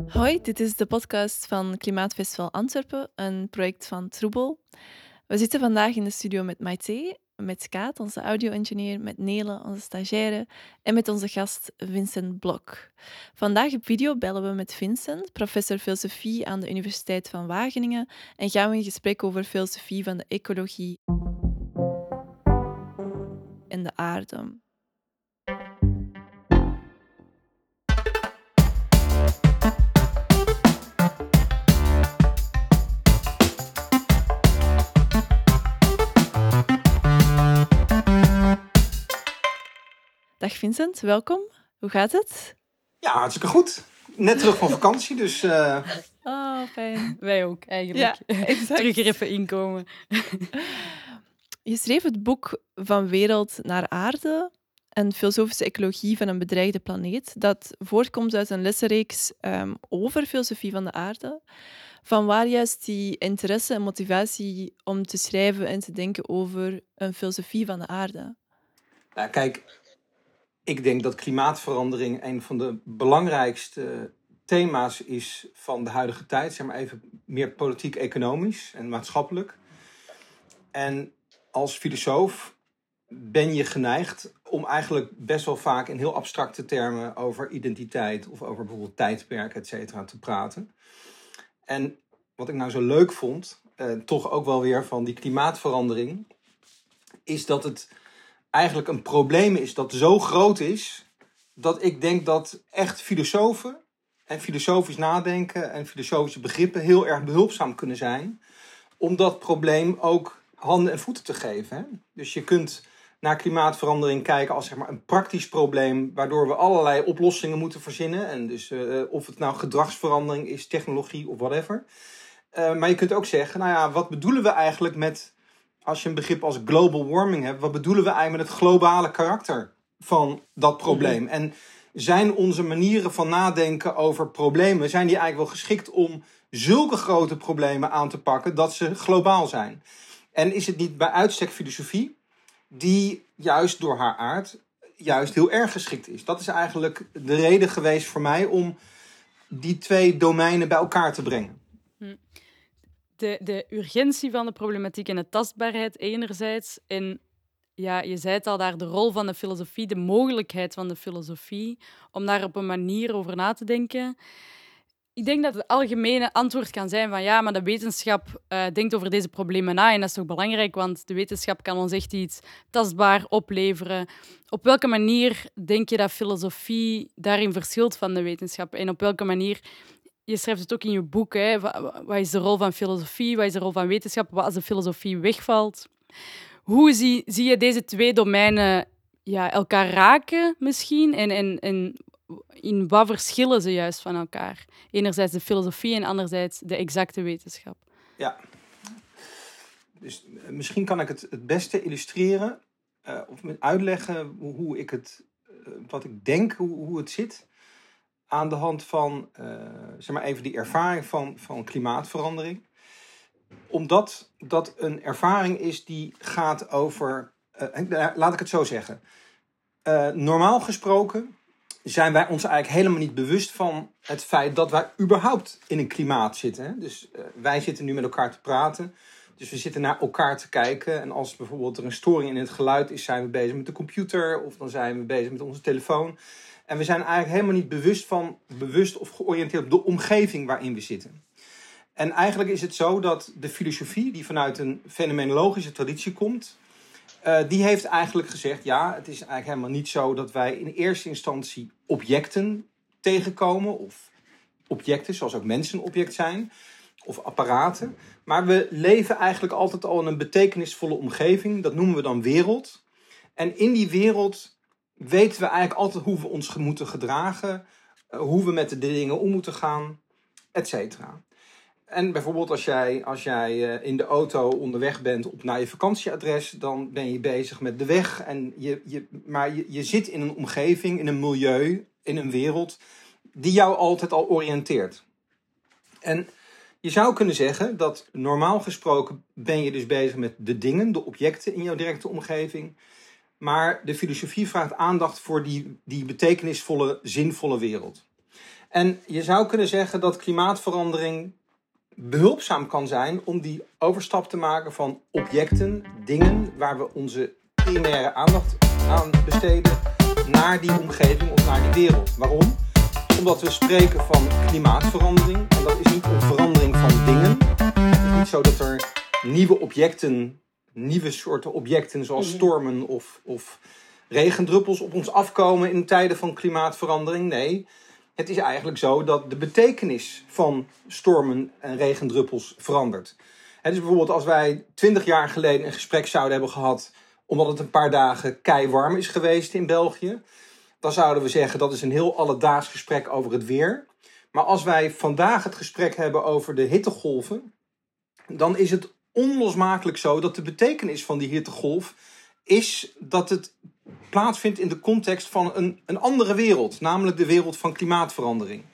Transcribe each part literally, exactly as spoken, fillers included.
Hoi, dit is de podcast van Klimaatfestival Antwerpen, een project van Troebel. We zitten vandaag in de studio met Maite, met Kaat, onze audio-engineer, met Nele, onze stagiaire, en met onze gast Vincent Blok. Vandaag op video bellen we met Vincent, professor filosofie aan de Universiteit van Wageningen, en gaan we in gesprek over filosofie van de ecologie en de aarde. Dag Vincent, welkom. Hoe gaat het? Ja, hartstikke goed. Net terug van vakantie, dus... Uh... Oh, fijn. Wij ook, eigenlijk. Ja, exact. Terug er even inkomen. Je schreef het boek Van wereld naar aarde, een filosofische ecologie van een bedreigde planeet, dat voortkomt uit een lessenreeks um, over filosofie van de aarde. Van waar juist die interesse en motivatie om te schrijven en te denken over een filosofie van de aarde? Ja, kijk, ik denk dat klimaatverandering een van de belangrijkste thema's is van de huidige tijd. Zeg maar even meer politiek-economisch en maatschappelijk. En als filosoof ben je geneigd om eigenlijk best wel vaak in heel abstracte termen over identiteit of over bijvoorbeeld tijdperk, et cetera, te praten. En wat ik nou zo leuk vond, eh, toch ook wel weer van die klimaatverandering, is dat het eigenlijk een probleem is dat zo groot is, dat ik denk dat echt filosofen en filosofisch nadenken en filosofische begrippen heel erg behulpzaam kunnen zijn om dat probleem ook handen en voeten te geven. Hè? Dus je kunt naar klimaatverandering kijken als zeg maar een praktisch probleem, waardoor we allerlei oplossingen moeten verzinnen. En dus uh, of het nou gedragsverandering is, technologie of whatever. Uh, maar je kunt ook zeggen, nou ja, wat bedoelen we eigenlijk met, als je een begrip als global warming hebt, wat bedoelen we eigenlijk met het globale karakter van dat probleem? Mm-hmm. En zijn onze manieren van nadenken over problemen, zijn die eigenlijk wel geschikt om zulke grote problemen aan te pakken dat ze globaal zijn? En is het niet bij uitstek filosofie die juist door haar aard juist heel erg geschikt is? Dat is eigenlijk de reden geweest voor mij om die twee domeinen bij elkaar te brengen. De, de urgentie van de problematiek en de tastbaarheid enerzijds. En ja, je zei het al daar, de rol van de filosofie, de mogelijkheid van de filosofie om daar op een manier over na te denken. Ik denk dat het algemene antwoord kan zijn van ja, maar de wetenschap uh, denkt over deze problemen na en dat is toch belangrijk, want de wetenschap kan ons echt iets tastbaar opleveren. Op welke manier denk je dat filosofie daarin verschilt van de wetenschap? En op welke manier, je schrijft het ook in je boek, hè, wat is de rol van filosofie, wat is de rol van wetenschap, wat als de filosofie wegvalt? Hoe zie, zie je deze twee domeinen ja, elkaar raken misschien en... en, en in wat verschillen ze juist van elkaar? Enerzijds de filosofie en anderzijds de exacte wetenschap. Ja. Dus uh, misschien kan ik het het beste illustreren uh, of uitleggen hoe, hoe ik het, uh, wat ik denk, hoe, hoe het zit, aan de hand van, uh, zeg maar even die ervaring van, van klimaatverandering. Omdat dat een ervaring is die gaat over, uh, laat ik het zo zeggen. Uh, normaal gesproken zijn wij ons eigenlijk helemaal niet bewust van het feit dat wij überhaupt in een klimaat zitten. Hè? Dus uh, wij zitten nu met elkaar te praten. Dus we zitten naar elkaar te kijken. En als bijvoorbeeld er een storing in het geluid is, zijn we bezig met de computer. Of dan zijn we bezig met onze telefoon. En we zijn eigenlijk helemaal niet bewust van, bewust of georiënteerd op de omgeving waarin we zitten. En eigenlijk is het zo dat de filosofie, die vanuit een fenomenologische traditie komt, Uh, die heeft eigenlijk gezegd, ja, het is eigenlijk helemaal niet zo dat wij in eerste instantie objecten tegenkomen, of objecten, zoals ook mensen een object zijn, of apparaten. Maar we leven eigenlijk altijd al in een betekenisvolle omgeving, dat noemen we dan wereld. En in die wereld weten we eigenlijk altijd hoe we ons moeten gedragen, uh, hoe we met de dingen om moeten gaan, et cetera. En bijvoorbeeld als jij, als jij in de auto onderweg bent op naar je vakantieadres, dan ben je bezig met de weg. En je, je, maar je, je zit in een omgeving, in een milieu, in een wereld die jou altijd al oriënteert. En je zou kunnen zeggen dat normaal gesproken ben je dus bezig met de dingen, de objecten in jouw directe omgeving. Maar de filosofie vraagt aandacht voor die, die betekenisvolle, zinvolle wereld. En je zou kunnen zeggen dat klimaatverandering behulpzaam kan zijn om die overstap te maken van objecten, dingen, waar we onze primaire aandacht aan besteden, naar die omgeving of naar die wereld. Waarom? Omdat we spreken van klimaatverandering. En dat is niet een verandering van dingen. Het is niet zo dat er nieuwe objecten, nieuwe soorten objecten zoals stormen of, of regendruppels op ons afkomen in tijden van klimaatverandering. Nee, het is eigenlijk zo dat de betekenis van stormen en regendruppels verandert. Het is bijvoorbeeld als wij twintig jaar geleden een gesprek zouden hebben gehad omdat het een paar dagen keiwarm is geweest in België, dan zouden we zeggen dat is een heel alledaags gesprek over het weer. Maar als wij vandaag het gesprek hebben over de hittegolven, dan is het onlosmakelijk zo dat de betekenis van die hittegolf is dat het plaatsvindt in de context van een, een andere wereld, namelijk de wereld van klimaatverandering.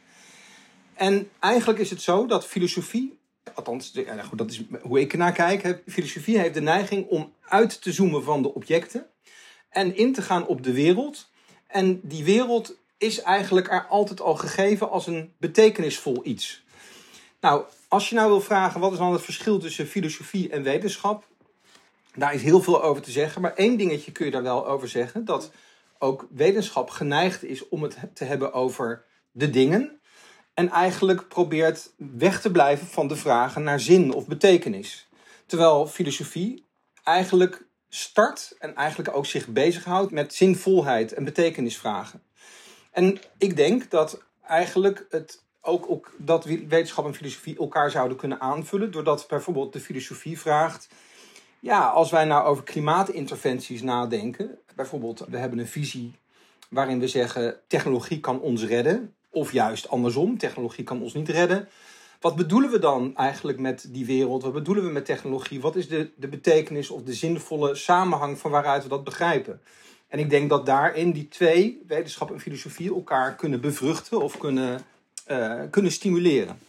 En eigenlijk is het zo dat filosofie, althans, ja, goed, dat is hoe ik ernaar kijk, hè, filosofie heeft de neiging om uit te zoomen van de objecten en in te gaan op de wereld. En die wereld is eigenlijk er altijd al gegeven als een betekenisvol iets. Nou, als je nou wil vragen wat is dan het verschil tussen filosofie en wetenschap, daar is heel veel over te zeggen. Maar één dingetje kun je daar wel over zeggen, dat ook wetenschap geneigd is om het te hebben over de dingen. En eigenlijk probeert weg te blijven van de vragen naar zin of betekenis. Terwijl filosofie eigenlijk start en eigenlijk ook zich bezighoudt met zinvolheid en betekenisvragen. En ik denk dat eigenlijk het ook, ook dat wetenschap en filosofie elkaar zouden kunnen aanvullen, doordat bijvoorbeeld de filosofie vraagt, ja, als wij nou over klimaatinterventies nadenken, bijvoorbeeld we hebben een visie waarin we zeggen technologie kan ons redden, of juist andersom, technologie kan ons niet redden. Wat bedoelen we dan eigenlijk met die wereld? Wat bedoelen we met technologie? Wat is de, de betekenis of de zinvolle samenhang van waaruit we dat begrijpen? En ik denk dat daarin die twee, wetenschap en filosofie, elkaar kunnen bevruchten of kunnen, uh, kunnen stimuleren.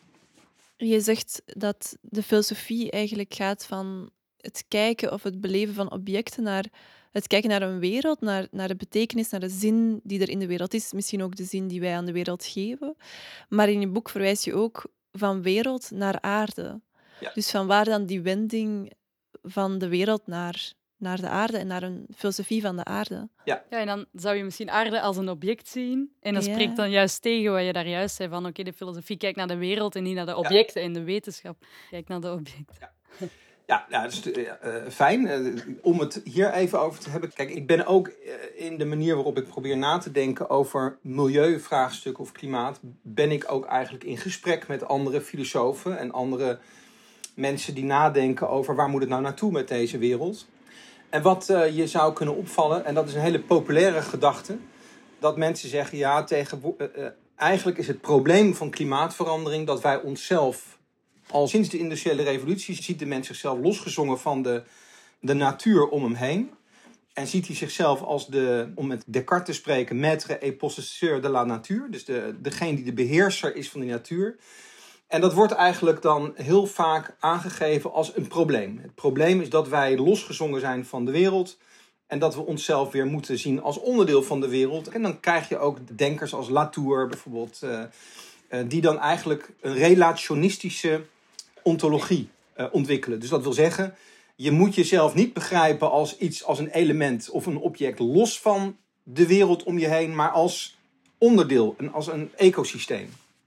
Je zegt dat de filosofie eigenlijk gaat van het kijken of het beleven van objecten naar het kijken naar een wereld, naar, naar de betekenis, naar de zin die er in de wereld is. Misschien ook de zin die wij aan de wereld geven. Maar in je boek verwijs je ook van wereld naar aarde. Ja. Dus van waar dan die wending van de wereld naar, naar de aarde en naar een filosofie van de aarde. Ja, en dan zou je misschien aarde als een object zien. En dat Ja. spreekt dan juist tegen wat je daar juist zei. Van oké, okay, de filosofie kijkt naar de wereld en niet naar de objecten. Ja. En de wetenschap kijkt naar de objecten. Ja. Ja, ja, dat is uh, fijn. Uh, om het hier even over te hebben. Kijk, ik ben ook uh, in de manier waarop ik probeer na te denken over milieuvraagstukken of klimaat, ben ik ook eigenlijk in gesprek met andere filosofen en andere mensen die nadenken over waar moet het nou naartoe met deze wereld. En wat uh, je zou kunnen opvallen, en dat is een hele populaire gedachte, dat mensen zeggen, ja, tegen, uh, uh, eigenlijk is het probleem van klimaatverandering dat wij onszelf, al sinds de industriële revolutie, ziet de mens zichzelf losgezongen van de, de natuur om hem heen. En ziet hij zichzelf als de, om met Descartes te spreken, maître et possesseur de la nature. Dus de, degene die de beheerser is van de natuur. En dat wordt eigenlijk dan heel vaak aangegeven als een probleem. Het probleem is dat wij losgezongen zijn van de wereld. En dat we onszelf weer moeten zien als onderdeel van de wereld. En dan krijg je ook denkers als Latour bijvoorbeeld, Uh, uh, die dan eigenlijk een relationistische ontologie uh, ontwikkelen. Dus dat wil zeggen, je moet jezelf niet begrijpen als iets, als een element of een object los van de wereld om je heen, maar als onderdeel en als een ecosysteem.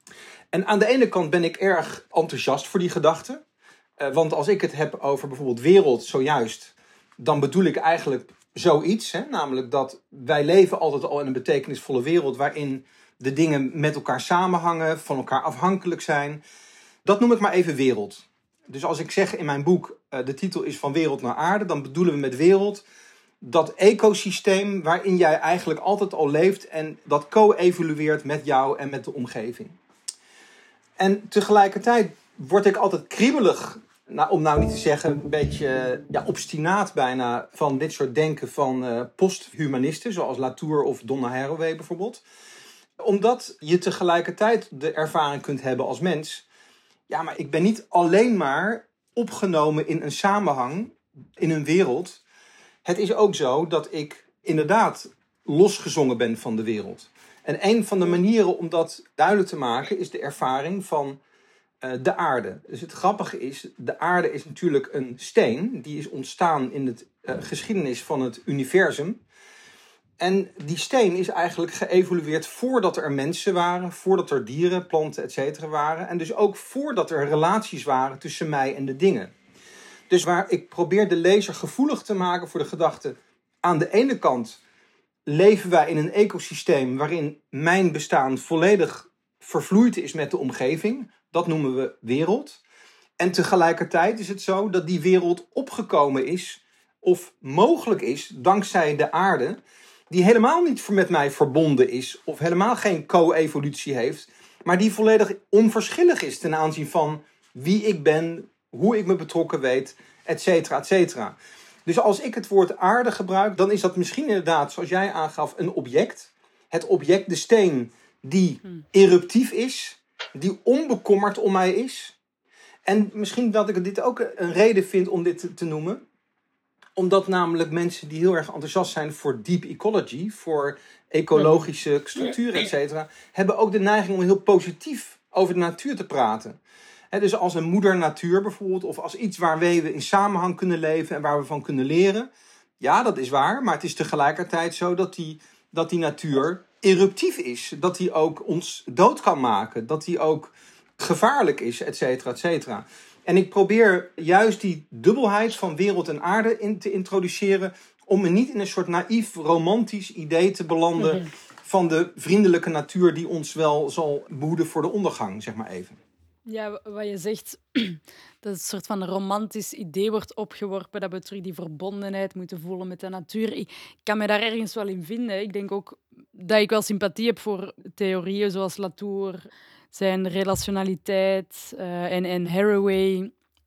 En aan de ene kant ben ik erg enthousiast voor die gedachte. Uh, want als ik het heb over bijvoorbeeld wereld zojuist, dan bedoel ik eigenlijk zoiets. Hè? Namelijk dat wij leven altijd al in een betekenisvolle wereld waarin de dingen met elkaar samenhangen, van elkaar afhankelijk zijn. Dat noem ik maar even wereld. Dus als ik zeg in mijn boek, uh, de titel is Van Wereld naar Aarde, dan bedoelen we met wereld dat ecosysteem waarin jij eigenlijk altijd al leeft en dat co-evolueert met jou en met de omgeving. En tegelijkertijd word ik altijd kriebelig, nou, om nou niet te zeggen een beetje ja, obstinaat bijna, van dit soort denken van uh, posthumanisten, zoals Latour of Donna Haraway bijvoorbeeld. Omdat je tegelijkertijd de ervaring kunt hebben als mens, ja, maar ik ben niet alleen maar opgenomen in een samenhang, in een wereld. Het is ook zo dat ik inderdaad losgezongen ben van de wereld. En een van de manieren om dat duidelijk te maken is de ervaring van uh, de aarde. Dus het grappige is, de aarde is natuurlijk een steen. Die is ontstaan in de uh, geschiedenis van het universum. En die steen is eigenlijk geëvolueerd voordat er mensen waren, voordat er dieren, planten, et cetera waren. En dus ook voordat er relaties waren tussen mij en de dingen. Dus waar ik probeer de lezer gevoelig te maken voor de gedachte, aan de ene kant leven wij in een ecosysteem waarin mijn bestaan volledig vervloeid is met de omgeving. Dat noemen we wereld. En tegelijkertijd is het zo dat die wereld opgekomen is of mogelijk is dankzij de aarde, die helemaal niet met mij verbonden is of helemaal geen co-evolutie heeft, maar die volledig onverschillig is ten aanzien van wie ik ben, hoe ik me betrokken weet, et cetera, et cetera. Dus als ik het woord aarde gebruik, dan is dat misschien inderdaad, zoals jij aangaf, een object. Het object, de steen, die eruptief is, die onbekommerd om mij is. En misschien dat ik dit ook een reden vind om dit te, te noemen. Omdat namelijk mensen die heel erg enthousiast zijn voor deep ecology, voor ecologische structuren, et cetera, hebben ook de neiging om heel positief over de natuur te praten. He, dus als een moeder natuur bijvoorbeeld, of als iets waarmee we in samenhang kunnen leven en waar we van kunnen leren. Ja, dat is waar, maar het is tegelijkertijd zo dat die, dat die natuur eruptief is. Dat die ook ons dood kan maken, dat die ook gevaarlijk is, et cetera, et cetera. En ik probeer juist die dubbelheid van wereld en aarde in te introduceren, om me niet in een soort naïef, romantisch idee te belanden mm-hmm. van de vriendelijke natuur die ons wel zal behoeden voor de ondergang, zeg maar even. Ja, wat je zegt, dat een soort van romantisch idee wordt opgeworpen, dat we terug die verbondenheid moeten voelen met de natuur. Ik kan me daar ergens wel in vinden. Ik denk ook dat ik wel sympathie heb voor theorieën zoals Latour, zijn relationaliteit uh, en, en Haraway.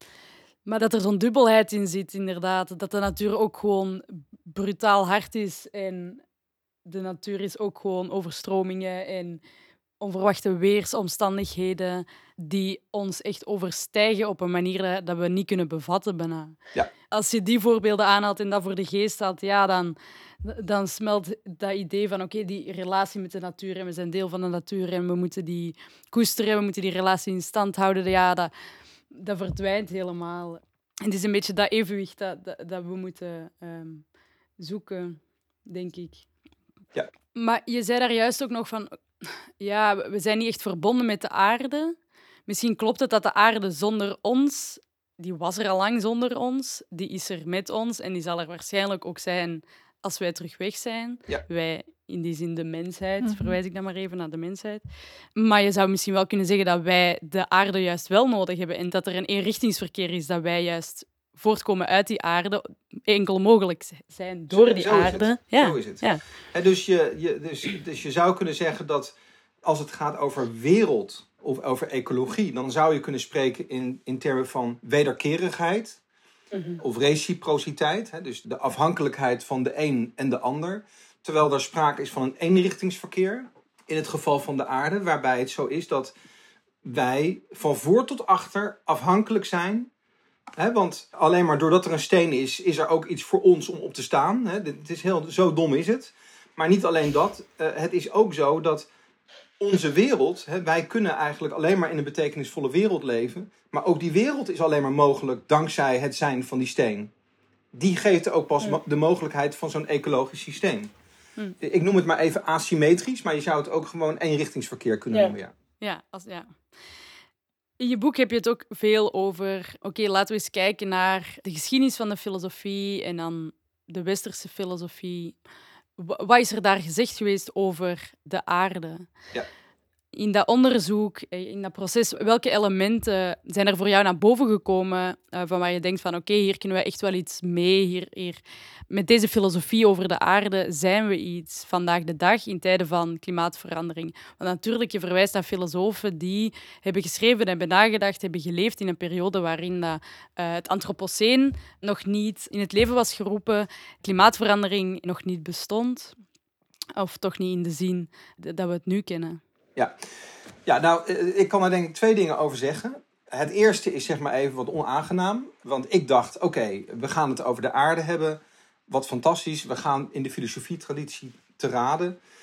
Maar dat er zo'n dubbelheid in zit, inderdaad. Dat de natuur ook gewoon brutaal hard is. En de natuur is ook gewoon overstromingen en onverwachte weersomstandigheden die ons echt overstijgen op een manier dat we niet kunnen bevatten bijna. Ja. Als je die voorbeelden aanhaalt en dat voor de geest haalt, ja, dan, dan smelt dat idee van oké, okay, die relatie met de natuur en we zijn deel van de natuur en we moeten die koesteren, we moeten die relatie in stand houden. Ja, dat, dat verdwijnt helemaal. En het is een beetje dat evenwicht dat, dat, dat we moeten um, zoeken, denk ik. Ja. Maar je zei daar juist ook nog van, ja, we zijn niet echt verbonden met de aarde. Misschien klopt het dat de aarde zonder ons, die was er al lang zonder ons, die is er met ons en die zal er waarschijnlijk ook zijn als wij terug weg zijn. Ja. Wij, in die zin de mensheid, Mm-hmm. verwijs ik dan maar even naar de mensheid. Maar je zou misschien wel kunnen zeggen dat wij de aarde juist wel nodig hebben en dat er een eenrichtingsverkeer is, dat wij juist voortkomen uit die aarde, enkel mogelijk zijn door die zo aarde. Is het. Ja. Zo is het. Ja. En dus, je, je, dus, dus je zou kunnen zeggen dat als het gaat over wereld of over ecologie, dan zou je kunnen spreken in, in termen van wederkerigheid mm-hmm. of reciprociteit. Hè, dus de afhankelijkheid van de een en de ander. Terwijl er sprake is van een eenrichtingsverkeer in het geval van de aarde, waarbij het zo is dat wij van voor tot achter afhankelijk zijn. He, want alleen maar doordat er een steen is, is er ook iets voor ons om op te staan. He, het is heel, zo dom is het. Maar niet alleen dat. Uh, het is ook zo dat onze wereld, he, wij kunnen eigenlijk alleen maar in een betekenisvolle wereld leven. Maar ook die wereld is alleen maar mogelijk dankzij het zijn van die steen. Die geeft ook pas ja. de mogelijkheid van zo'n ecologisch systeem. Hm. Ik noem het maar even asymmetrisch, maar je zou het ook gewoon eenrichtingsverkeer kunnen ja. noemen. Ja. Ja, als, ja. In je boek heb je het ook veel over, oké, okay, laten we eens kijken naar de geschiedenis van de filosofie en dan de westerse filosofie. Wat is er daar gezegd geweest over de aarde? Ja. In dat onderzoek, in dat proces, welke elementen zijn er voor jou naar boven gekomen uh, van waar je denkt van oké, okay, hier kunnen we echt wel iets mee. Hier, hier, met deze filosofie over de aarde zijn we iets vandaag de dag in tijden van klimaatverandering. Want natuurlijk, je verwijst naar filosofen die hebben geschreven, hebben nagedacht, hebben geleefd in een periode waarin dat, uh, het antropoceen nog niet in het leven was geroepen, klimaatverandering nog niet bestond. Of toch niet in de zin dat we het nu kennen. Ja. ja, nou, ik kan daar denk ik twee dingen over zeggen. Het eerste is zeg maar even wat onaangenaam. Want ik dacht, oké, okay, we gaan het over de aarde hebben. Wat fantastisch. We gaan in de filosofie-traditie te raden.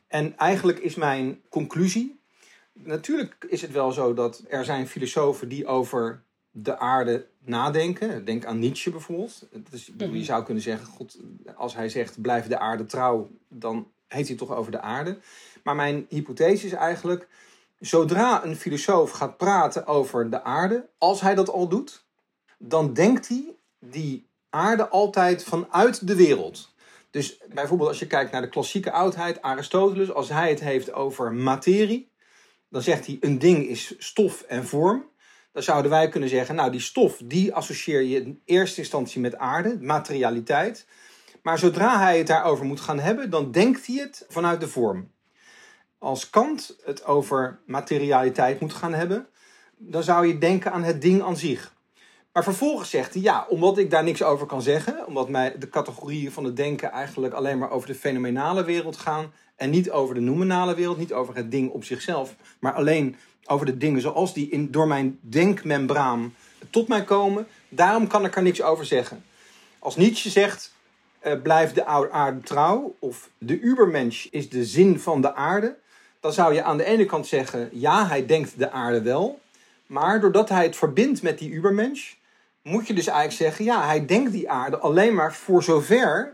En eigenlijk is mijn conclusie... Natuurlijk is het wel zo dat er zijn filosofen die over de aarde nadenken. Denk aan Nietzsche bijvoorbeeld. Dus je zou kunnen zeggen, God, als hij zegt blijf de aarde trouw, dan heeft hij het toch over de aarde. Maar mijn hypothese is eigenlijk, zodra een filosoof gaat praten over de aarde, als hij dat al doet, dan denkt hij die aarde altijd vanuit de wereld. Dus bijvoorbeeld als je kijkt naar de klassieke oudheid, Aristoteles, als hij het heeft over materie, dan zegt hij een ding is stof en vorm. Dan zouden wij kunnen zeggen, nou die stof, die associeer je in eerste instantie met aarde, materialiteit. Maar zodra hij het daarover moet gaan hebben, dan denkt hij het vanuit de vorm. Als Kant het over materialiteit moet gaan hebben, dan zou je denken aan het ding aan zich. Maar vervolgens zegt hij, ja, omdat ik daar niks over kan zeggen, omdat mij de categorieën van het denken eigenlijk alleen maar over de fenomenale wereld gaan en niet over de noumenale wereld, niet over het ding op zichzelf, maar alleen over de dingen zoals die in, door mijn denkmembraan tot mij komen, daarom kan ik er niks over zeggen. Als Nietzsche zegt, uh, blijf de aarde trouw, of de Übermensch is de zin van de aarde, dan zou je aan de ene kant zeggen, ja, hij denkt de aarde wel, maar doordat hij het verbindt met die Übermensch, moet je dus eigenlijk zeggen, ja, hij denkt die aarde alleen maar voor zover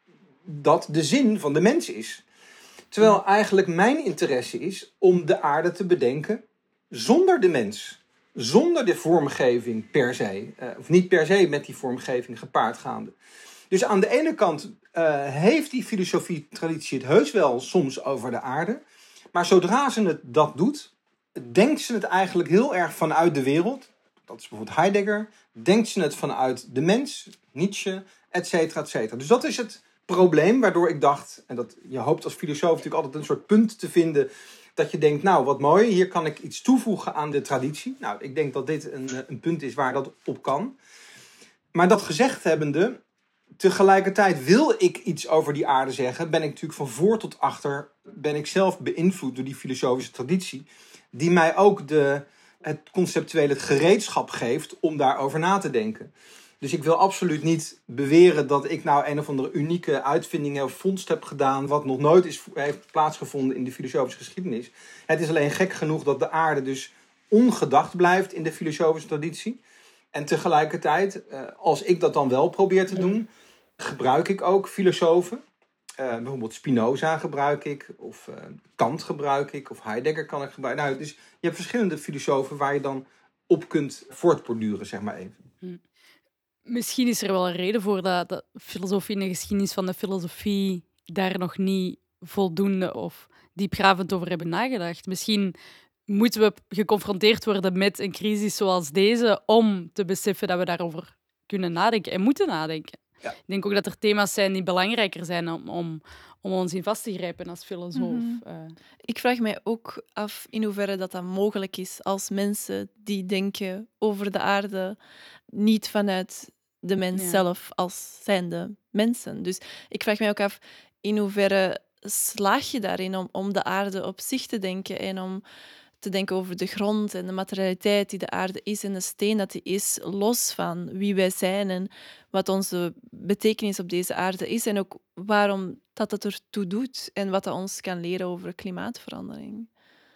dat de zin van de mens is. Terwijl eigenlijk mijn interesse is om de aarde te bedenken zonder de mens. Zonder de vormgeving per se. Uh, of niet per se met die vormgeving gepaard gaande. Dus aan de ene kant uh, heeft die filosofie-traditie het heus wel soms over de aarde. Maar zodra ze het dat doet, denkt ze het eigenlijk heel erg vanuit de wereld. Dat is bijvoorbeeld Heidegger. Denkt ze het vanuit de mens, Nietzsche, et cetera, et cetera. Dus dat is het probleem waardoor ik dacht, en dat je hoopt als filosoof natuurlijk altijd een soort punt te vinden, dat je denkt, nou wat mooi, hier kan ik iets toevoegen aan de traditie. Nou, ik denk dat dit een, een punt is waar dat op kan. Maar dat gezegd hebbende, tegelijkertijd wil ik iets over die aarde zeggen, ben ik natuurlijk van voor tot achter, ben ik zelf beïnvloed door die filosofische traditie, die mij ook de, het conceptuele gereedschap geeft om daarover na te denken. Dus ik wil absoluut niet beweren dat ik nou een of andere unieke uitvinding of vondst heb gedaan, wat nog nooit is, heeft plaatsgevonden in de filosofische geschiedenis. Het is alleen gek genoeg dat de aarde dus ongedacht blijft in de filosofische traditie. En tegelijkertijd, als ik dat dan wel probeer te doen, gebruik ik ook filosofen. Uh, bijvoorbeeld Spinoza gebruik ik, of uh, Kant gebruik ik, of Heidegger kan ik gebruiken. Nou, dus je hebt verschillende filosofen waar je dan op kunt voortborduren, zeg maar even. Hm. Misschien is er wel een reden voor dat de filosofie en de geschiedenis van de filosofie daar nog niet voldoende of diepgravend over hebben nagedacht. Misschien moeten we geconfronteerd worden met een crisis zoals deze om te beseffen dat we daarover kunnen nadenken en moeten nadenken. Ja. Ik denk ook dat er thema's zijn die belangrijker zijn om, om, om ons in vast te grijpen als filosoof. Mm-hmm. Uh. Ik vraag mij ook af in hoeverre dat, dat mogelijk is als mensen die denken over de aarde niet vanuit de mens ja. zelf als zijnde mensen. Dus ik vraag mij ook af in hoeverre slaag je daarin om, om de aarde op zich te denken en om te denken over de grond en de materialiteit die de aarde is en de steen dat die is, los van wie wij zijn en wat onze betekenis op deze aarde is en ook waarom dat het ertoe doet en wat dat ons kan leren over klimaatverandering.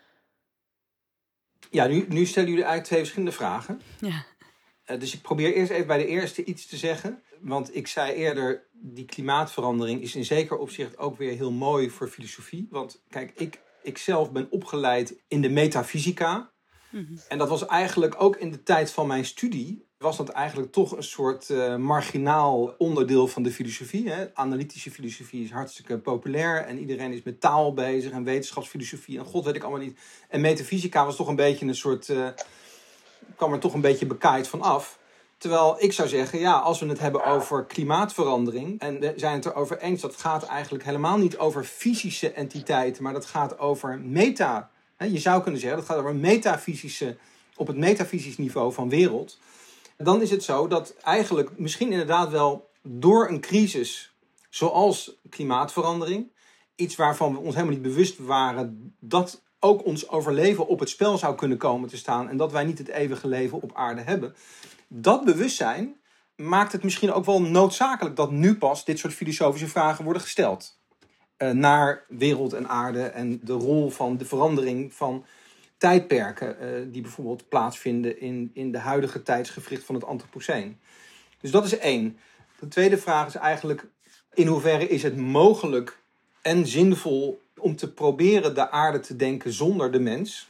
Ja, nu, nu stellen jullie eigenlijk twee verschillende vragen. Ja. Uh, dus ik probeer eerst even bij de eerste iets te zeggen. Want ik zei eerder, die klimaatverandering is in zeker opzicht ook weer heel mooi voor filosofie. Want kijk, ik... Ik zelf ben opgeleid in de metafysica. Mm-hmm. En dat was eigenlijk ook in de tijd van mijn studie, was dat eigenlijk toch een soort uh, marginaal onderdeel van de filosofie. Hè? Analytische filosofie is hartstikke populair en iedereen is met taal bezig en wetenschapsfilosofie en god weet ik allemaal niet. En metafysica was toch een beetje een soort, uh, kwam er toch een beetje bekaaid van af. Terwijl ik zou zeggen, ja, als we het hebben over klimaatverandering, en we zijn het erover eens dat het gaat eigenlijk helemaal niet over fysische entiteiten, maar dat gaat over meta. Je zou kunnen zeggen, dat gaat over metafysische, op het metafysisch niveau van wereld. Dan is het zo dat eigenlijk misschien inderdaad wel door een crisis zoals klimaatverandering, iets waarvan we ons helemaal niet bewust waren dat ook ons overleven op het spel zou kunnen komen te staan en dat wij niet het eeuwige leven op aarde hebben. Dat bewustzijn maakt het misschien ook wel noodzakelijk dat nu pas dit soort filosofische vragen worden gesteld. uh, naar wereld en aarde en de rol van de verandering van tijdperken uh, die bijvoorbeeld plaatsvinden in, in de huidige tijdsgewricht van het Anthropoceen. Dus dat is één. De tweede vraag is eigenlijk, in hoeverre is het mogelijk en zinvol om te proberen de aarde te denken zonder de mens?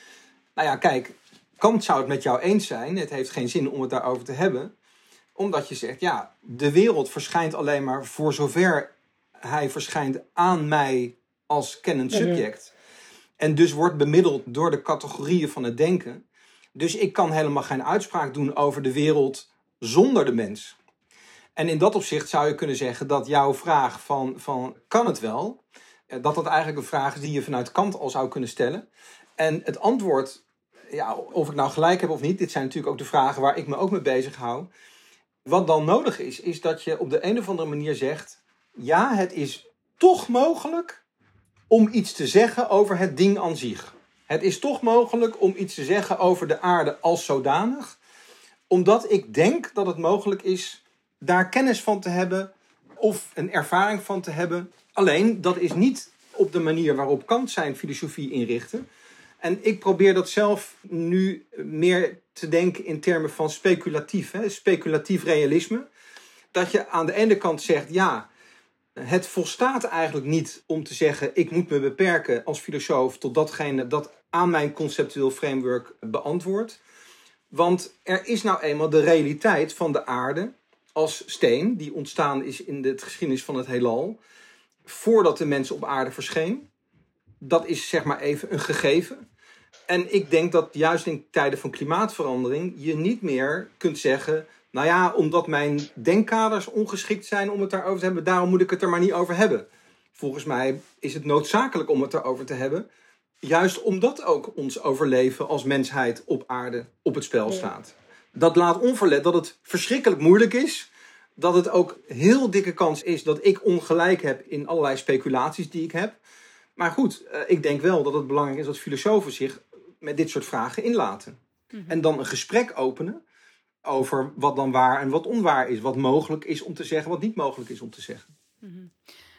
Nou ja, kijk, Kant zou het met jou eens zijn. Het heeft geen zin om het daarover te hebben. Omdat je zegt, ja, de wereld verschijnt alleen maar voor zover hij verschijnt aan mij als kennend subject. En dus wordt bemiddeld door de categorieën van het denken. Dus ik kan helemaal geen uitspraak doen over de wereld zonder de mens. En in dat opzicht zou je kunnen zeggen dat jouw vraag van, van kan het wel? Dat dat eigenlijk een vraag is die je vanuit Kant al zou kunnen stellen. En het antwoord, ja, of ik nou gelijk heb of niet, dit zijn natuurlijk ook de vragen waar ik me ook mee bezig hou. Wat dan nodig is, is dat je op de een of andere manier zegt, ja, het is toch mogelijk om iets te zeggen over het ding aan zich. Het is toch mogelijk om iets te zeggen over de aarde als zodanig, omdat ik denk dat het mogelijk is daar kennis van te hebben of een ervaring van te hebben. Alleen, dat is niet op de manier waarop Kant zijn filosofie inrichtte. En ik probeer dat zelf nu meer te denken in termen van speculatief, hè, speculatief realisme. Dat je aan de ene kant zegt, ja, het volstaat eigenlijk niet om te zeggen, ik moet me beperken als filosoof tot datgene dat aan mijn conceptueel framework beantwoordt. Want er is nou eenmaal de realiteit van de aarde als steen, die ontstaan is in de geschiedenis van het heelal, voordat de mens op aarde verscheen. Dat is zeg maar even een gegeven. En ik denk dat juist in tijden van klimaatverandering je niet meer kunt zeggen, nou ja, omdat mijn denkkaders ongeschikt zijn om het daarover te hebben, daarom moet ik het er maar niet over hebben. Volgens mij is het noodzakelijk om het erover te hebben, juist omdat ook ons overleven als mensheid op aarde op het spel staat. Dat laat onverlet dat het verschrikkelijk moeilijk is, dat het ook heel dikke kans is dat ik ongelijk heb in allerlei speculaties die ik heb. Maar goed, ik denk wel dat het belangrijk is dat filosofen zich met dit soort vragen inlaten. Mm-hmm. En dan een gesprek openen over wat dan waar en wat onwaar is. Wat mogelijk is om te zeggen, wat niet mogelijk is om te zeggen. Mm-hmm.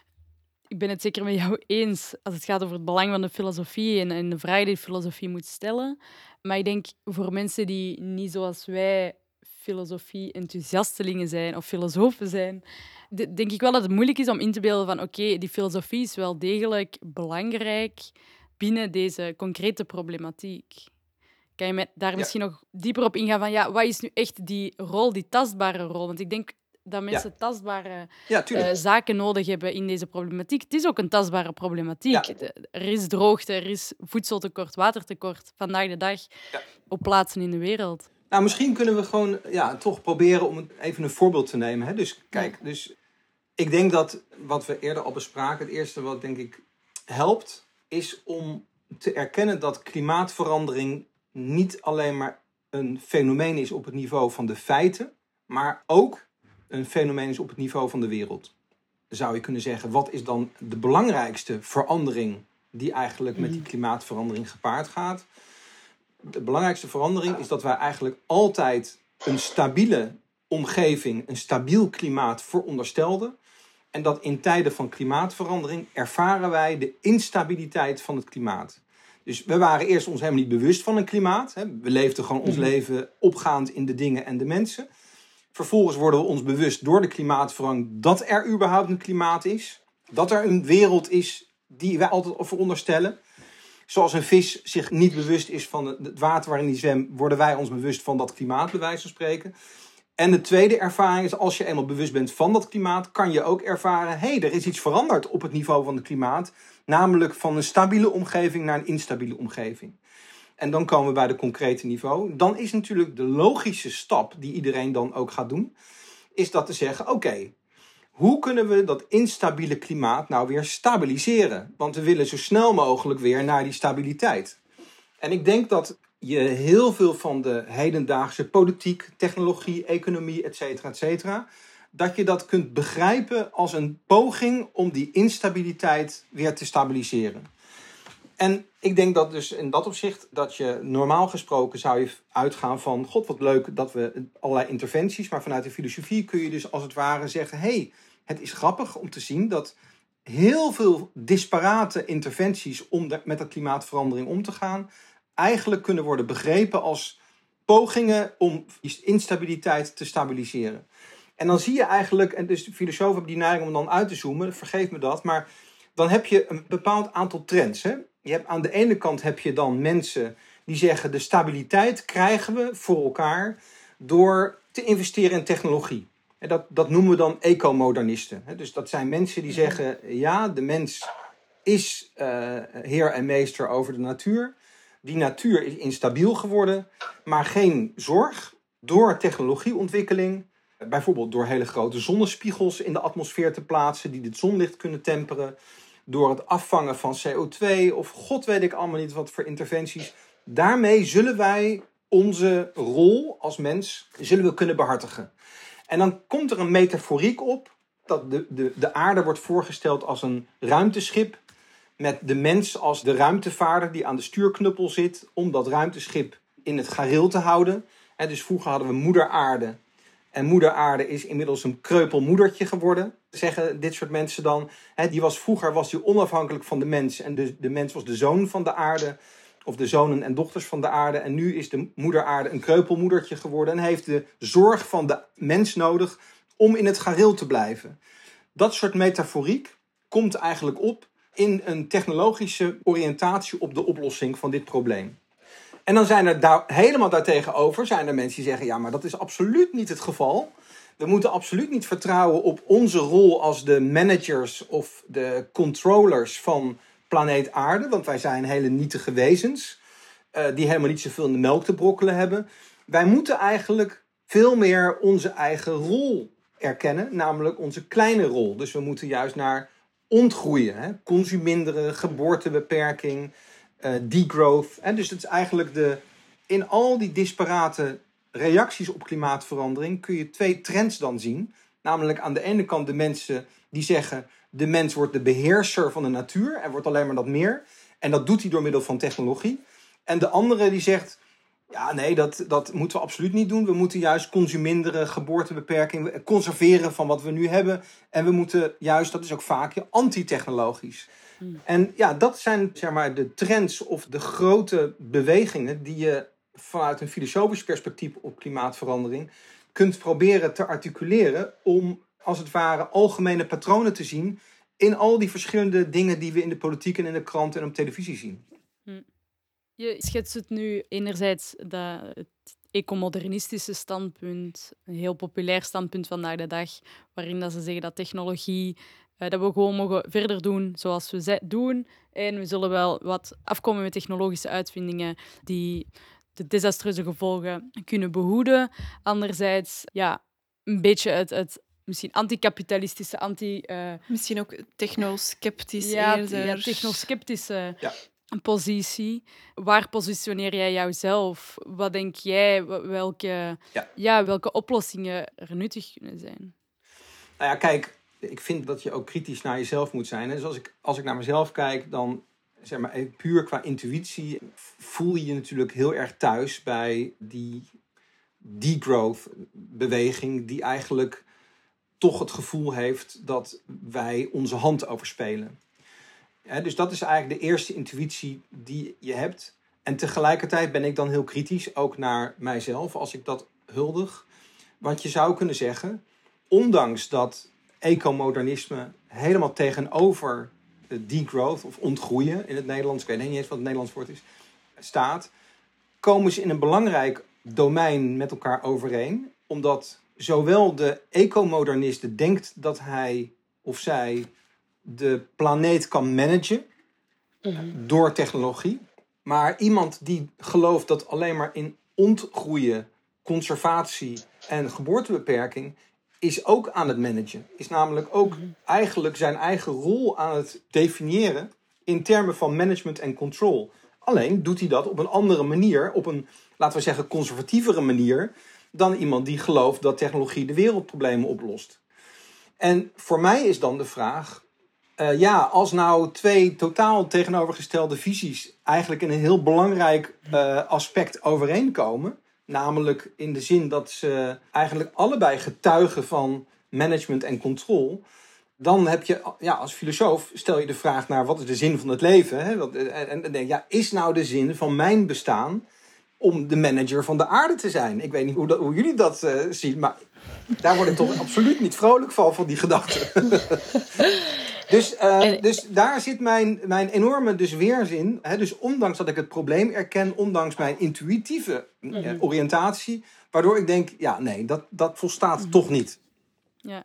Ik ben het zeker met jou eens als het gaat over het belang van de filosofie en, en de vraag die de filosofie moet stellen. Maar ik denk voor mensen die niet zoals wij filosofie-enthousiastelingen zijn of filosofen zijn, denk ik wel dat het moeilijk is om in te beelden van oké, okay, die filosofie is wel degelijk belangrijk binnen deze concrete problematiek. Kan je met daar misschien ja. nog dieper op ingaan van ja, wat is nu echt die rol, die tastbare rol? Want ik denk dat mensen ja. tastbare ja, uh, zaken nodig hebben in deze problematiek. Het is ook een tastbare problematiek. Ja. Er is droogte, er is voedseltekort, watertekort vandaag de dag ja. op plaatsen in de wereld. Nou, misschien kunnen we gewoon ja, toch proberen om even een voorbeeld te nemen. Hè? Dus kijk, ja. dus ik denk dat wat we eerder al bespraken, het eerste wat denk ik helpt, is om te erkennen dat klimaatverandering niet alleen maar een fenomeen is op het niveau van de feiten, maar ook een fenomeen is op het niveau van de wereld. Zou je kunnen zeggen, wat is dan de belangrijkste verandering die eigenlijk met die klimaatverandering gepaard gaat? De belangrijkste verandering is dat wij eigenlijk altijd een stabiele omgeving, een stabiel klimaat veronderstelden. En dat in tijden van klimaatverandering ervaren wij de instabiliteit van het klimaat. Dus we waren eerst ons helemaal niet bewust van een klimaat. We leefden gewoon ons leven opgaand in de dingen en de mensen. Vervolgens worden we ons bewust door de klimaatverandering dat er überhaupt een klimaat is. Dat er een wereld is die wij altijd veronderstellen. Zoals een vis zich niet bewust is van het water waarin hij zwemt, worden wij ons bewust van dat klimaat, bij wijze van spreken. En de tweede ervaring is, als je eenmaal bewust bent van dat klimaat, kan je ook ervaren, hé, hey, er is iets veranderd op het niveau van het klimaat. Namelijk van een stabiele omgeving naar een instabiele omgeving. En dan komen we bij de concrete niveau. Dan is natuurlijk de logische stap, die iedereen dan ook gaat doen, is dat te zeggen, oké, okay, hoe kunnen we dat instabiele klimaat nou weer stabiliseren? Want we willen zo snel mogelijk weer naar die stabiliteit. En ik denk dat je heel veel van de hedendaagse politiek, technologie, economie, et cetera, et cetera, dat je dat kunt begrijpen als een poging om die instabiliteit weer te stabiliseren. En ik denk dat dus in dat opzicht dat je normaal gesproken zou je uitgaan van, god wat leuk dat we allerlei interventies, maar vanuit de filosofie kun je dus als het ware zeggen, hé, hey, het is grappig om te zien dat heel veel disparate interventies om de, met de klimaatverandering om te gaan eigenlijk kunnen worden begrepen als pogingen om instabiliteit te stabiliseren. En dan zie je eigenlijk, en dus de filosofen hebben die neiging om dan uit te zoomen, vergeef me dat, maar dan heb je een bepaald aantal trends. Hè? Je hebt, aan de ene kant heb je dan mensen die zeggen de stabiliteit krijgen we voor elkaar door te investeren in technologie. En dat, dat noemen we dan ecomodernisten. Dus dat zijn mensen die zeggen, ja, de mens is uh, heer en meester over de natuur. Die natuur is instabiel geworden, maar geen zorg. Door technologieontwikkeling, bijvoorbeeld door hele grote zonnespiegels in de atmosfeer te plaatsen die het zonlicht kunnen temperen, door het afvangen van C O twee of god weet ik allemaal niet wat voor interventies. Daarmee zullen wij onze rol als mens zullen we kunnen behartigen. En dan komt er een metaforiek op dat de, de, de aarde wordt voorgesteld als een ruimteschip met de mens als de ruimtevaarder die aan de stuurknuppel zit om dat ruimteschip in het gareel te houden. He, dus vroeger hadden we moeder aarde. En moeder aarde is inmiddels een kreupelmoedertje geworden, zeggen dit soort mensen dan. He, die was, vroeger was die onafhankelijk van de mens. En de, de mens was de zoon van de aarde. Of de zonen en dochters van de aarde. En nu is de moeder aarde een kreupelmoedertje geworden. En heeft de zorg van de mens nodig om in het gareel te blijven. Dat soort metaforiek komt eigenlijk op in een technologische oriëntatie op de oplossing van dit probleem. En dan zijn er daar, helemaal daartegenover zijn er mensen die zeggen, ja, maar dat is absoluut niet het geval. We moeten absoluut niet vertrouwen op onze rol als de managers of de controllers van planeet aarde. Want wij zijn hele nietige wezens uh, die helemaal niet zoveel in de melk te brokkelen hebben. Wij moeten eigenlijk veel meer onze eigen rol erkennen, namelijk onze kleine rol. Dus we moeten juist naar ontgroeien, hè? Consuminderen, geboortebeperking, uh, degrowth. Hè? Dus dat is eigenlijk de, in al die disparate reacties op klimaatverandering kun je twee trends dan zien. Namelijk aan de ene kant de mensen die zeggen, de mens wordt de beheerser van de natuur en wordt alleen maar dat meer. En dat doet hij door middel van technologie. En de andere die zegt, ja nee, dat, dat moeten we absoluut niet doen. We moeten juist consuminderen, geboortebeperking, conserveren van wat we nu hebben. En we moeten juist, dat is ook vaak antitechnologisch. Hmm. En ja, dat zijn zeg maar de trends of de grote bewegingen die je vanuit een filosofisch perspectief op klimaatverandering kunt proberen te articuleren om als het ware algemene patronen te zien in al die verschillende dingen die we in de politiek en in de krant en op televisie zien. Hmm. Je schetst het nu enerzijds dat het ecomodernistische standpunt, een heel populair standpunt vandaag de dag, waarin dat ze zeggen dat technologie, uh, dat we gewoon mogen verder doen zoals we ze- doen. En we zullen wel wat afkomen met technologische uitvindingen die de desastreuze gevolgen kunnen behoeden. Anderzijds, ja, een beetje het, het misschien anticapitalistische, anti... Uh, misschien ook technosceptisch ja, eerder. Ja, technosceptische... Ja. Een positie. Waar positioneer jij jouzelf? Wat denk jij, welke, ja. Ja, welke oplossingen er nuttig kunnen zijn? Nou ja, kijk, ik vind dat je ook kritisch naar jezelf moet zijn. Dus als ik, als ik naar mezelf kijk, dan zeg maar puur qua intuïtie voel je je natuurlijk heel erg thuis bij die degrowth-beweging die eigenlijk toch het gevoel heeft dat wij onze hand overspelen. He, dus dat is eigenlijk de eerste intuïtie die je hebt. En tegelijkertijd ben ik dan heel kritisch, ook naar mijzelf, als ik dat huldig. Want je zou kunnen zeggen, ondanks dat ecomodernisme helemaal tegenover degrowth of ontgroeien in het Nederlands, ik weet niet eens wat het Nederlands woord is, staat, komen ze in een belangrijk domein met elkaar overeen. Omdat zowel de ecomodernist denkt dat hij of zij de planeet kan managen mm-hmm. door technologie. Maar iemand die gelooft dat alleen maar in ontgroeien, conservatie en geboortebeperking is ook aan het managen. Is namelijk ook mm-hmm. eigenlijk zijn eigen rol aan het definiëren in termen van management en control. Alleen doet hij dat op een andere manier, op een, laten we zeggen, conservatievere manier dan iemand die gelooft dat technologie de wereldproblemen oplost. En voor mij is dan de vraag, Uh, ja, als nou twee totaal tegenovergestelde visies eigenlijk in een heel belangrijk uh, aspect overeenkomen, namelijk in de zin dat ze eigenlijk allebei getuigen van management en controle, Dan heb je, ja, als filosoof stel je de vraag naar wat is de zin van het leven? Hè? Wat- En, en dan denk je, ja, is nou de zin van mijn bestaan om de manager van de aarde te zijn? Ik weet niet hoe, dat, hoe jullie dat eh, zien, maar daar word ik toch absoluut niet vrolijk van, van die gedachte. dus, uh, En- dus daar zit mijn, mijn enorme dus weerzin. Hè? Dus ondanks dat ik het probleem erken, ondanks mijn intuïtieve eh, Mhm. oriëntatie, waardoor ik denk, ja, nee, dat, dat volstaat Mhm. toch niet. Ja,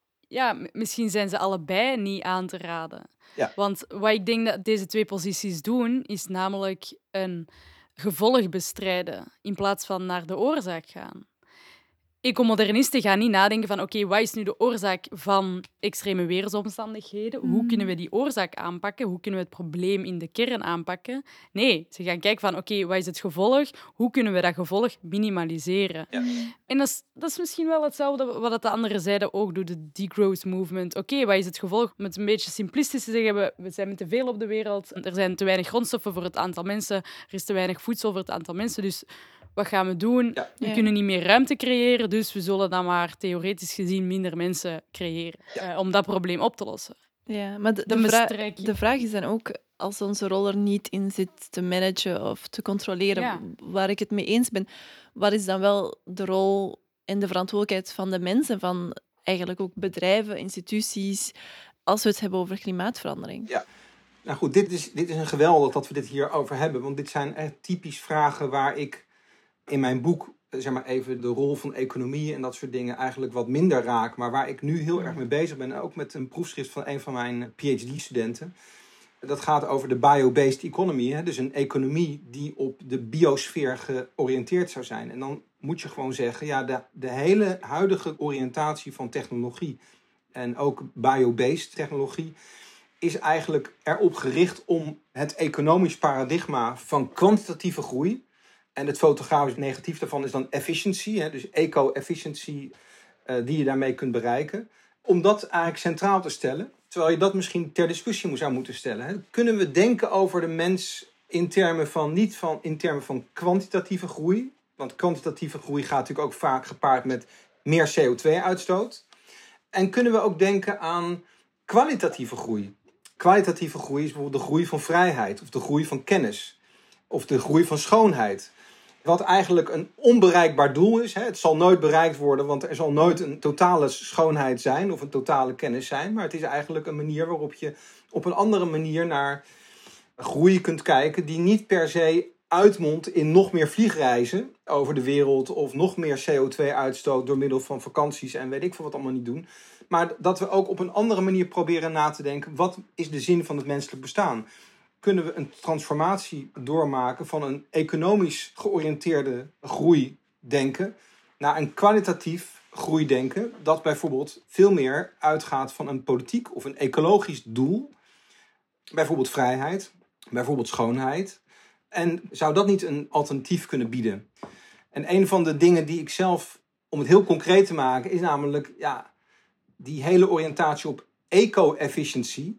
ja m- misschien zijn ze allebei niet aan te raden. Ja. Want wat ik denk dat deze twee posities doen, is namelijk een gevolg bestrijden in plaats van naar de oorzaak gaan. Ecomodernisten gaan niet nadenken van oké, wat is nu de oorzaak van extreme weersomstandigheden? Hoe Mm. kunnen we die oorzaak aanpakken? Hoe kunnen we het probleem in de kern aanpakken? Nee, ze gaan kijken van oké, wat is het gevolg? Hoe kunnen we dat gevolg minimaliseren? Ja. En dat is, dat is misschien wel hetzelfde wat het de andere zijde ook doet, de degrowth movement. Oké, wat is het gevolg? Om het een beetje simplistisch te zeggen, we, we zijn met te veel op de wereld. Er zijn te weinig grondstoffen voor het aantal mensen. Er is te weinig voedsel voor het aantal mensen. Dus wat gaan we doen? Ja. We Ja. kunnen niet meer ruimte creëren, dus we zullen dan maar theoretisch gezien minder mensen creëren eh, om dat probleem op te lossen. Ja, maar de, De de, vra- bestrijk- de vraag is dan ook, als onze rol er niet in zit te managen of te controleren, Ja. waar ik het mee eens ben, wat is dan wel de rol en de verantwoordelijkheid van de mensen, van eigenlijk ook bedrijven, instituties, als we het hebben over klimaatverandering? Nou goed, dit is, dit is een geweldig dat we dit hier over hebben. Want dit zijn echt typisch vragen waar ik in mijn boek, eh, zeg maar even, de rol van economie en dat soort dingen eigenlijk wat minder raak. Maar waar ik nu heel erg mee bezig ben. Ook met een proefschrift van een van mijn PhD-studenten. Dat gaat over de bio-based economy. Hè? Dus een economie die op de biosfeer georiënteerd zou zijn. En dan moet je gewoon zeggen, ja, de, de hele huidige oriëntatie van technologie en ook bio-based technologie is eigenlijk erop gericht om het economisch paradigma van kwantitatieve groei. En het fotografisch negatief daarvan is dan efficiency, hè, dus eco-efficiency eh, die je daarmee kunt bereiken. Om dat eigenlijk centraal te stellen, terwijl je dat misschien ter discussie moet- zou moeten stellen. Hè. Kunnen we denken over de mens in termen van, niet van, in termen van kwantitatieve groei? Want kwantitatieve groei gaat natuurlijk ook vaak gepaard met meer C O twee uitstoot. En kunnen we ook denken aan kwalitatieve groei? Kwalitatieve groei is bijvoorbeeld de groei van vrijheid of de groei van kennis of de groei van schoonheid. Wat eigenlijk een onbereikbaar doel is. Hè. Het zal nooit bereikt worden, want er zal nooit een totale schoonheid zijn of een totale kennis zijn. Maar het is eigenlijk een manier waarop je op een andere manier naar groei kunt kijken die niet per se uitmondt in nog meer vliegreizen over de wereld of nog meer C O twee uitstoot door middel van vakanties en weet ik veel wat allemaal niet doen. Maar dat we ook op een andere manier proberen na te denken, wat is de zin van het menselijk bestaan? Kunnen we een transformatie doormaken van een economisch georiënteerde groeidenken naar een kwalitatief groeidenken dat bijvoorbeeld veel meer uitgaat van een politiek of een ecologisch doel, bijvoorbeeld vrijheid, bijvoorbeeld schoonheid. En zou dat niet een alternatief kunnen bieden? En een van de dingen die ik zelf, om het heel concreet te maken, is namelijk ja, die hele oriëntatie op eco-efficiency.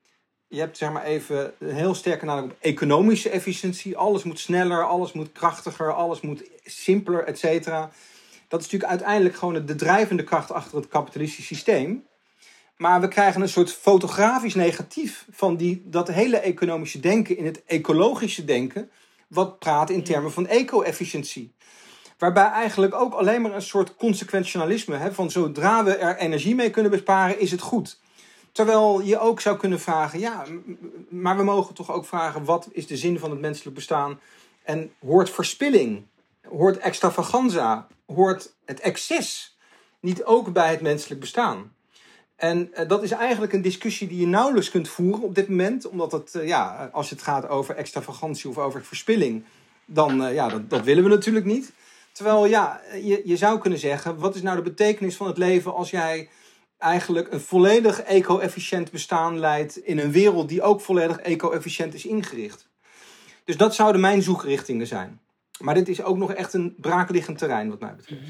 Je hebt zeg maar even een heel sterke nadruk op economische efficiëntie. Alles moet sneller, alles moet krachtiger, alles moet simpeler, et cetera. Dat is natuurlijk uiteindelijk gewoon de drijvende kracht achter het kapitalistisch systeem. Maar we krijgen een soort fotografisch negatief van die, dat hele economische denken in het ecologische denken, wat praat in termen van eco-efficiëntie. Waarbij eigenlijk ook alleen maar een soort consequentialisme, hè, van zodra we er energie mee kunnen besparen, is het goed. Terwijl je ook zou kunnen vragen, ja, maar we mogen toch ook vragen, wat is de zin van het menselijk bestaan? En hoort verspilling, hoort extravaganza, hoort het excess niet ook bij het menselijk bestaan? En uh, dat is eigenlijk een discussie die je nauwelijks kunt voeren op dit moment. Omdat het, uh, ja, als het gaat over extravagantie of over verspilling, dan uh, ja, dat, dat willen we natuurlijk niet. Terwijl ja, je, je zou kunnen zeggen, wat is nou de betekenis van het leven als jij eigenlijk een volledig eco-efficiënt bestaan leidt in een wereld die ook volledig eco-efficiënt is ingericht. Dus dat zouden mijn zoekrichtingen zijn. Maar dit is ook nog echt een braakliggend terrein wat mij betreft.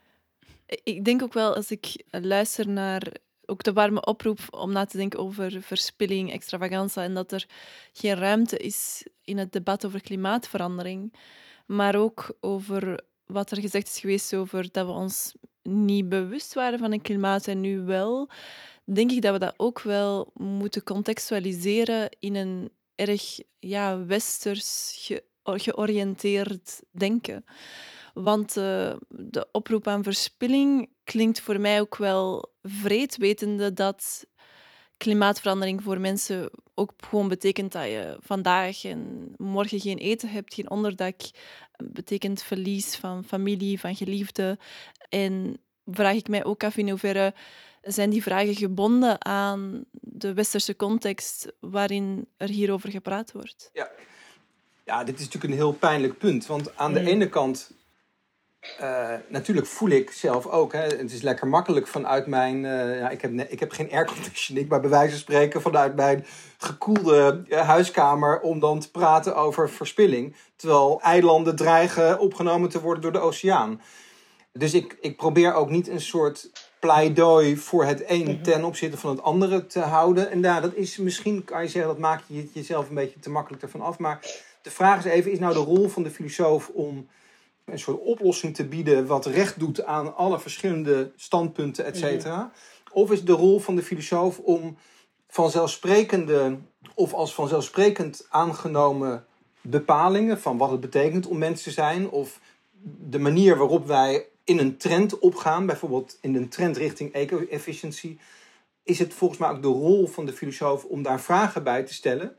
Ik denk ook wel, als ik luister naar ook de warme oproep om na te denken over verspilling, extravaganza en dat er geen ruimte is in het debat over klimaatverandering, maar ook over wat er gezegd is geweest over dat we ons niet bewust waren van het klimaat en nu wel, denk ik dat we dat ook wel moeten contextualiseren in een erg ja, westers ge- georiënteerd denken. Want eh, de oproep aan verspilling klinkt voor mij ook wel vreed, wetende dat klimaatverandering voor mensen ook gewoon betekent dat je vandaag en morgen geen eten hebt, geen onderdak. Betekent verlies van familie, van geliefden. En vraag ik mij ook af in hoeverre zijn die vragen gebonden aan de westerse context waarin er hierover gepraat wordt. Ja. Ja, dit is natuurlijk een heel pijnlijk punt. Want aan de Mm. ene kant, uh, natuurlijk voel ik zelf ook. Hè, het is lekker makkelijk vanuit mijn... Uh, ja, ik, heb ne- ik heb geen airconditioning, maar bij wijze van spreken vanuit mijn gekoelde uh, huiskamer om dan te praten over verspilling. Terwijl eilanden dreigen opgenomen te worden door de oceaan. Dus ik, ik probeer ook niet een soort pleidooi voor het een ten opzichte van het andere te houden. En ja, dat is misschien, kan je zeggen, dat maak je jezelf een beetje te makkelijk ervan af. Maar de vraag is even, is nou de rol van de filosoof om een soort oplossing te bieden wat recht doet aan alle verschillende standpunten, et cetera? Of is de rol van de filosoof om vanzelfsprekende of als vanzelfsprekend aangenomen bepalingen van wat het betekent om mens te zijn, of de manier waarop wij in een trend opgaan, bijvoorbeeld in een trend richting eco-efficiëntie, is het volgens mij ook de rol van de filosoof om daar vragen bij te stellen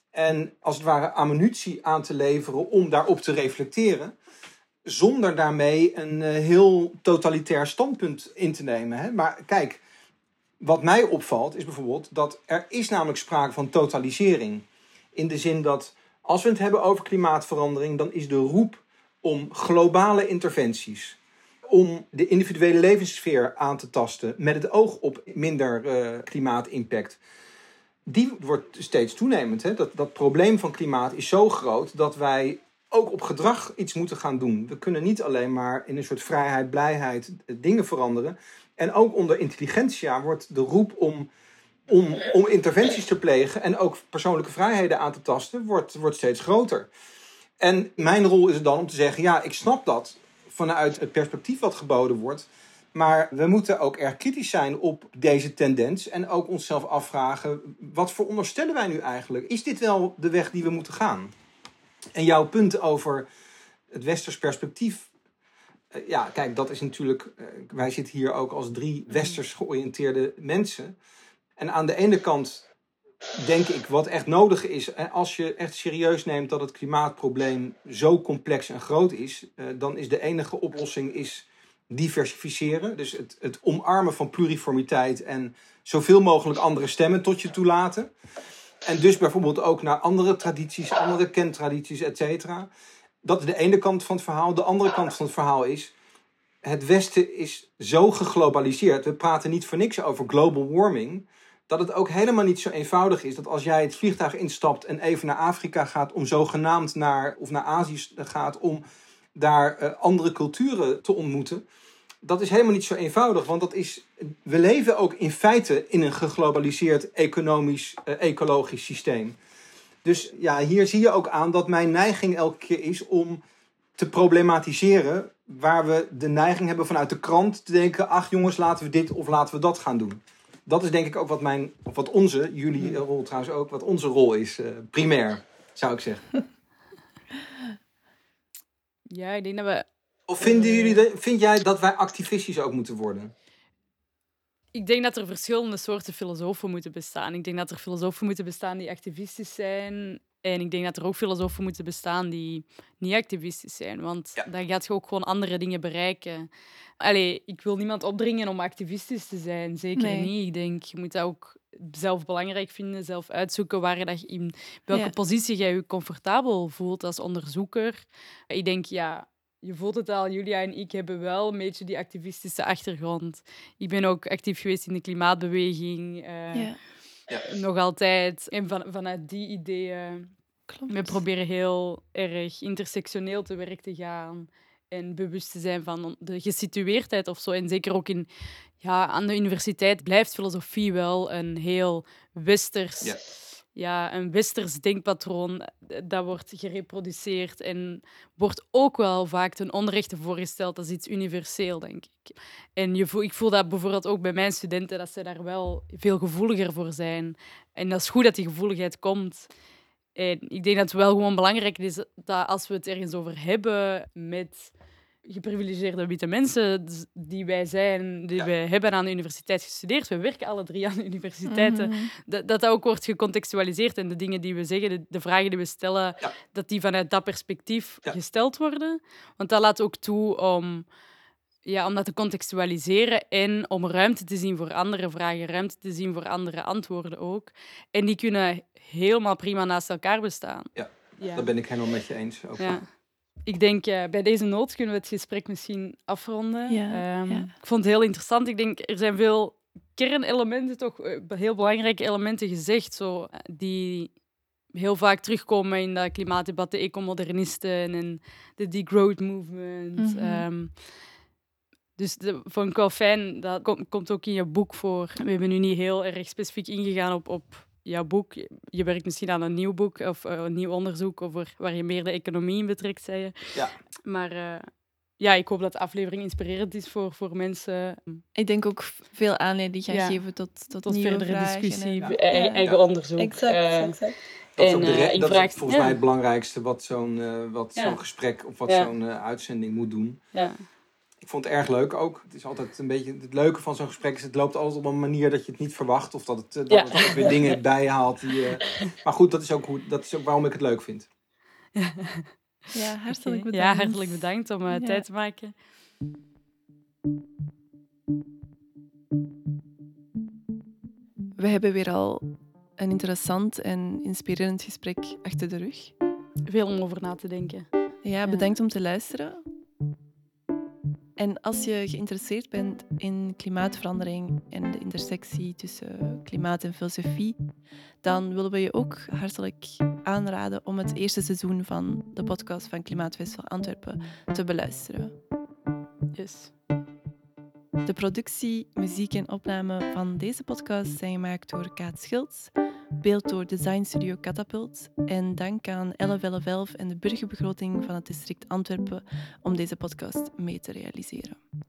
en als het ware ammunitie aan te leveren om daarop te reflecteren, zonder daarmee een uh, heel totalitair standpunt in te nemen. Hè? Maar kijk, wat mij opvalt is bijvoorbeeld dat er is namelijk sprake van totalisering. In de zin dat als we het hebben over klimaatverandering, dan is de roep om globale interventies, om de individuele levenssfeer aan te tasten met het oog op minder uh, klimaatimpact, die wordt steeds toenemend. Hè? Dat, dat probleem van klimaat is zo groot dat wij ook op gedrag iets moeten gaan doen. We kunnen niet alleen maar in een soort vrijheid, blijheid dingen veranderen. En ook onder intelligentia wordt de roep om, om, om interventies te plegen en ook persoonlijke vrijheden aan te tasten, wordt, wordt steeds groter. En mijn rol is het dan om te zeggen, ja, ik snap dat vanuit het perspectief wat geboden wordt, maar we moeten ook erg kritisch zijn op deze tendens en ook onszelf afvragen, wat veronderstellen wij nu eigenlijk? Is dit wel de weg die we moeten gaan? En jouw punt over het westers perspectief, uh, ja, kijk, dat is natuurlijk, uh, wij zitten hier ook als drie westers georiënteerde mensen. En aan de ene kant denk ik wat echt nodig is, als je echt serieus neemt dat het klimaatprobleem zo complex en groot is, uh, dan is de enige oplossing is diversificeren. Dus het, het omarmen van pluriformiteit en zoveel mogelijk andere stemmen tot je toelaten. En dus bijvoorbeeld ook naar andere tradities, andere kentradities, et cetera. Dat is de ene kant van het verhaal. De andere kant van het verhaal is, het Westen is zo geglobaliseerd. We praten niet voor niks over global warming. Dat het ook helemaal niet zo eenvoudig is dat als jij het vliegtuig instapt en even naar Afrika gaat om zogenaamd naar, of naar Azië gaat om daar uh, andere culturen te ontmoeten. Dat is helemaal niet zo eenvoudig, want dat is, we leven ook in feite in een geglobaliseerd economisch, uh, ecologisch systeem. Dus ja, hier zie je ook aan dat mijn neiging elke keer is om te problematiseren, waar we de neiging hebben vanuit de krant te denken, ach jongens, laten we dit of laten we dat gaan doen. Dat is denk ik ook wat mijn, of wat onze, jullie rol trouwens ook, wat onze rol is, uh, primair, zou ik zeggen. Ja, ik denk dat we... Of vinden jullie de, vind jij dat wij activistisch ook moeten worden? Ik denk dat er verschillende soorten filosofen moeten bestaan. Ik denk dat er filosofen moeten bestaan die activistisch zijn. En ik denk dat er ook filosofen moeten bestaan die niet activistisch zijn. Want ja. dan gaat je ook gewoon andere dingen bereiken. Allee, ik wil niemand opdringen om activistisch te zijn. Zeker nee. niet. Ik denk, je moet dat ook zelf belangrijk vinden. Zelf uitzoeken waar dat je in welke ja. positie jij je comfortabel voelt als onderzoeker. Ik denk, ja... Je voelt het al, Julia en ik hebben wel een beetje die activistische achtergrond. Ik ben ook actief geweest in de klimaatbeweging. Uh, ja. Ja. Nog altijd. En van, vanuit die ideeën... Klopt. We proberen heel erg intersectioneel te werk te gaan. En bewust te zijn van de gesitueerdheid of zo. En zeker ook in, ja, aan de universiteit blijft filosofie wel een heel westers... Ja. ja, een westers denkpatroon eh, dat wordt gereproduceerd en wordt ook wel vaak ten onrechte voorgesteld als iets universeel, denk ik. En je voel, ik voel dat bijvoorbeeld ook bij mijn studenten, dat ze daar wel veel gevoeliger voor zijn. En dat is goed dat die gevoeligheid komt. En ik denk dat het wel gewoon belangrijk is dat als we het ergens over hebben met geprivilegeerde witte mensen d- die wij zijn, die Ja. wij hebben aan de universiteit gestudeerd, we werken alle drie aan de universiteiten, Mhm. dat, dat dat ook wordt gecontextualiseerd en de dingen die we zeggen, de, de vragen die we stellen, Ja. dat die vanuit dat perspectief Ja. gesteld worden. Want dat laat ook toe om, ja, om dat te contextualiseren en om ruimte te zien voor andere vragen, ruimte te zien voor andere antwoorden ook. En die kunnen helemaal prima naast elkaar bestaan. Ja, Ja. dat ben ik helemaal met je eens. Ook. Ja. Ik denk, eh, bij deze noot kunnen we het gesprek misschien afronden. Ja, Ehm, ja. Ik vond het heel interessant. Ik denk, er zijn veel kernelementen, toch eh, heel belangrijke elementen gezegd, zo, eh, die heel vaak terugkomen in dat klimaatdebat, de ecomodernisten en de degrowth movement. Mhm. Ehm, dus dat vond ik wel fijn. Dat kom- komt ook in je boek voor. We hebben nu niet heel erg specifiek ingegaan op, op jouw boek. Je werkt misschien aan een nieuw boek of eh, een nieuw onderzoek over waar je meer de economie in betrekt, zei je. Ja. Maar eh, ja, ik hoop dat de aflevering inspirerend is voor, voor mensen. Ik denk ook v- veel aanleiding gaan Ja. geven tot, tot, Tot nieuwe verdere vragen discussie, en- e- e- Ja. eigen onderzoek. Exact, Eh, exact. Dat is, En, ook de eh, re- ik dat vraag- is volgens ja. mij het belangrijkste wat zo'n eh, wat Ja. zo'n gesprek of wat Ja. zo'n eh, uitzending moet doen. Ja. Ik vond het erg leuk ook. Het is altijd een beetje het leuke van zo'n gesprek is het loopt altijd op een manier dat je het niet verwacht of dat het, eh, dat Ja. het ook weer dingen bijhaalt die. eh, maar goed, dat is ook hoe dat is ook waarom ik het leuk vind. Ja, hartelijk Oké. bedankt. Ja, hartelijk bedankt om eh, Ja. tijd te maken. We hebben weer al een interessant en inspirerend gesprek achter de rug. Veel om over na te denken. Ja, bedankt om te luisteren. En als je geïnteresseerd bent in klimaatverandering en de intersectie tussen klimaat en filosofie, dan willen we je ook hartelijk aanraden om het eerste seizoen van de podcast van Klimaatfestival Antwerpen te beluisteren. Yes. De productie, muziek en opname van deze podcast zijn gemaakt door Kaat Schilds, beeld door Design Studio Catapult en dank aan elf elf elf en de burgerbegroting van het district Antwerpen om deze podcast mee te realiseren.